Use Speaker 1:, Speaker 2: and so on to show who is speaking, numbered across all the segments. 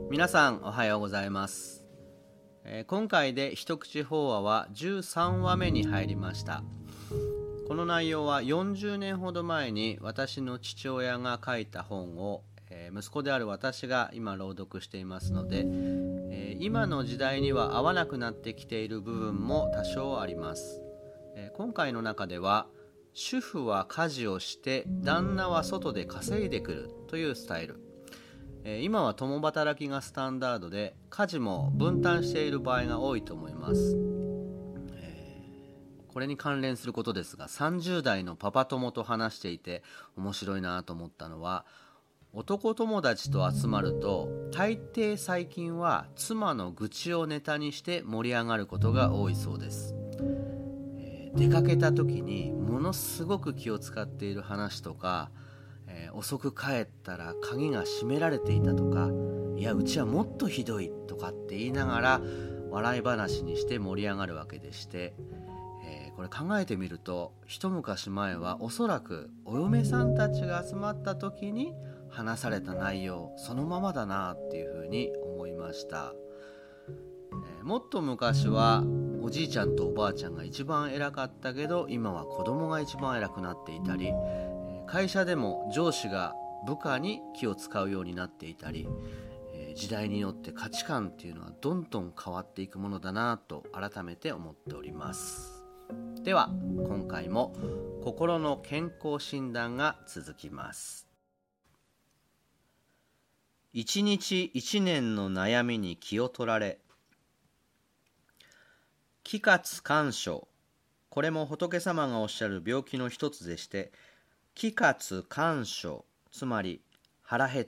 Speaker 1: 皆さんおはようございます。今回で一口法話は13話目に入りました。この内容は40年ほど前に私の父親が書いた本を、息子である私が今朗読していますので、今の時代には合わなくなってきている部分も多少あります。今回の中では主婦は家事をして旦那は外で稼いでくるというスタイル。今は共働きがスタンダードで家事も分担している場合が多いと思います。これに関連することですが、30代のパパ友と話していて面白いなと思ったのは、男友達と集まると大抵最近は妻の愚痴をネタにして盛り上がることが多いそうです。出かけた時にものすごく気を使っている話とか、遅く帰ったら鍵が閉められていたとか、いやうちはもっとひどいとかって言いながら笑い話にして盛り上がるわけでして、これ考えてみると一昔前はおそらくお嫁さんたちが集まった時に話された内容そのままだなっていうふうに思いました。もっと昔はおじいちゃんとおばあちゃんが一番偉かったけど、今は子供が一番偉くなっていたり、会社でも上司が部下に気を使うようになっていたり、時代によって価値観っていうのはどんどん変わっていくものだなと改めて思っております。では今回も心の健康診断が続きます。一日一年の悩みに気を取られ。気活感症、これも仏様がおっしゃる病気の一つでして、気活感症、つまり腹減った、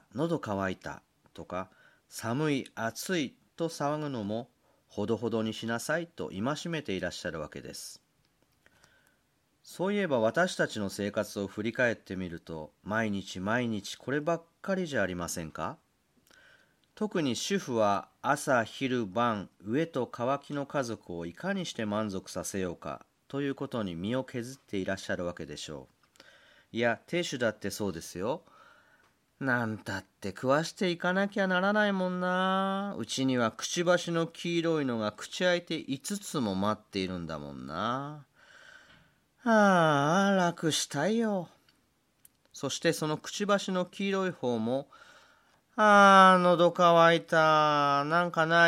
Speaker 1: 喉乾いたとか寒い、暑いと騒ぐのもほどほどにしなさいと戒めていらっしゃるわけです。そういえば私たちの生活を振り返ってみると、毎日毎日こればっかりじゃありませんか？特に主婦は朝昼晩飢えと渇きの家族をいかにして満足させようかということに身を削っていらっしゃるわけでしょう。いや亭主だってそうですよ。なんたって食わしていかなきゃならないもんな。うちにはくちばしの黄色いのが口開いて5つも待っているんだもんな。ああ楽したいよ。そしてそのくちばしの黄色い方も、喉乾いた。なんかない？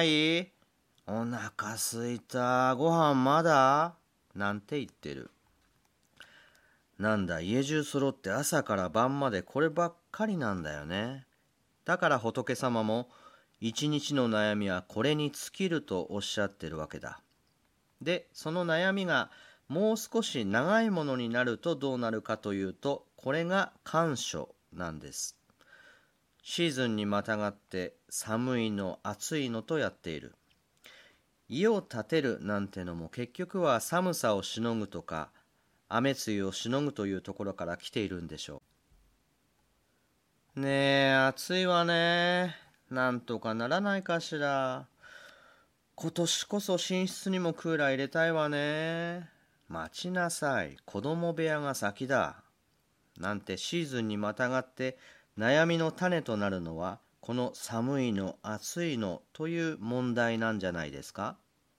Speaker 1: お腹すいた。ご飯まだ？なんて言ってる。なんだ、家中揃って朝から晩までこればっかりなんだよね。だから仏様も一日の悩みはこれに尽きるとおっしゃってるわけだ。で、その悩みがもう少し長いものになるとどうなるかというと、これが寒暑なんです。シーズンにまたがって寒いの暑いのとやっている。家を建てるなんてのも結局は寒さをしのぐとか雨露をしのぐというところから来ているんでしょう。ねえ、暑いわね。なんとかならないかしら。今年こそ寝室にもクーラー入れたいわね。待ちなさい。子供部屋が先だ。なんてシーズンにまたがって悩みの種となるのはこの寒いの暑いのという問題なんじゃないですか。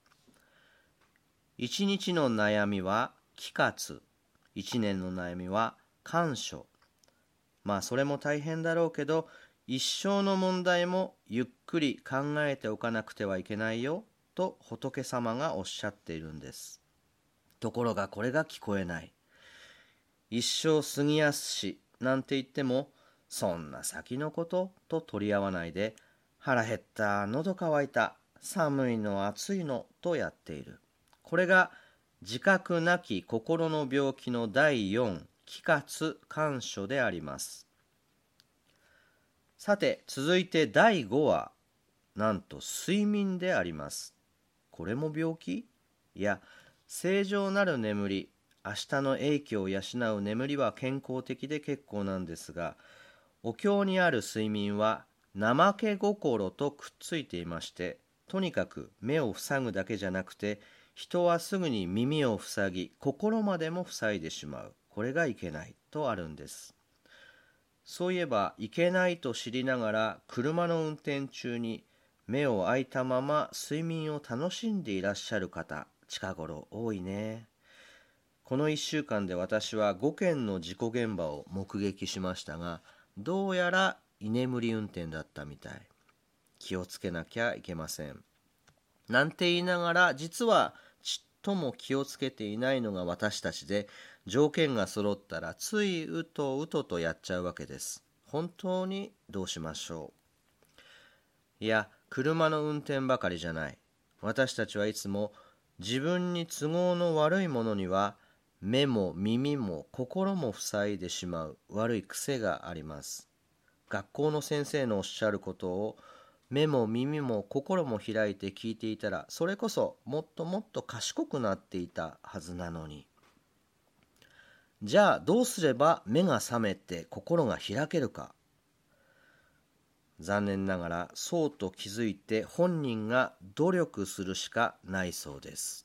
Speaker 1: 一日の悩みは気活、一年の悩みは感症。まあそれも大変だろうけど、一生の問題もゆっくり考えておかなくてはいけないよと仏様がおっしゃっているんです。ところがこれが聞こえない。一生過ぎやすしなんて言っても、そんな先のことと取り合わないで、腹減った、喉乾いた、寒いの暑いのとやっている。これが自覚なき心の病気の第4、気活感症であります。さて続いて第5はなんと睡眠であります。これも病気？いや、正常なる眠り、明日の英気を養う眠りは健康的で結構なんですが、お経にある睡眠は怠け心とくっついていまして、とにかく目を塞ぐだけじゃなくて、人はすぐに耳を塞ぎ心までも塞いでしまう。これがいけないとあるんです。 そういえばいけないと知りながら車の運転中に目を開いたまま睡眠を楽しんでいらっしゃる方、近頃多いね。この1週間で私は5件の事故現場を目撃しましたが、どうやら居眠り運転だったみたい。気をつけなきゃいけません。なんて言いながら、実はちっとも気をつけていないのが私たちで、条件が揃ったらついうとうととやっちゃうわけです。本当にどうしましょう。いや、車の運転ばかりじゃない。私たちはいつも自分に都合の悪いものには目も耳も心も塞いでしまう悪い癖があります。学校の先生のおっしゃることを目も耳も心も開いて聞いていたら、それこそもっともっと賢くなっていたはずなのに。じゃあどうすれば目が覚めて心が開けるか。残念ながらそうと気づいて本人が努力するしかないそうです。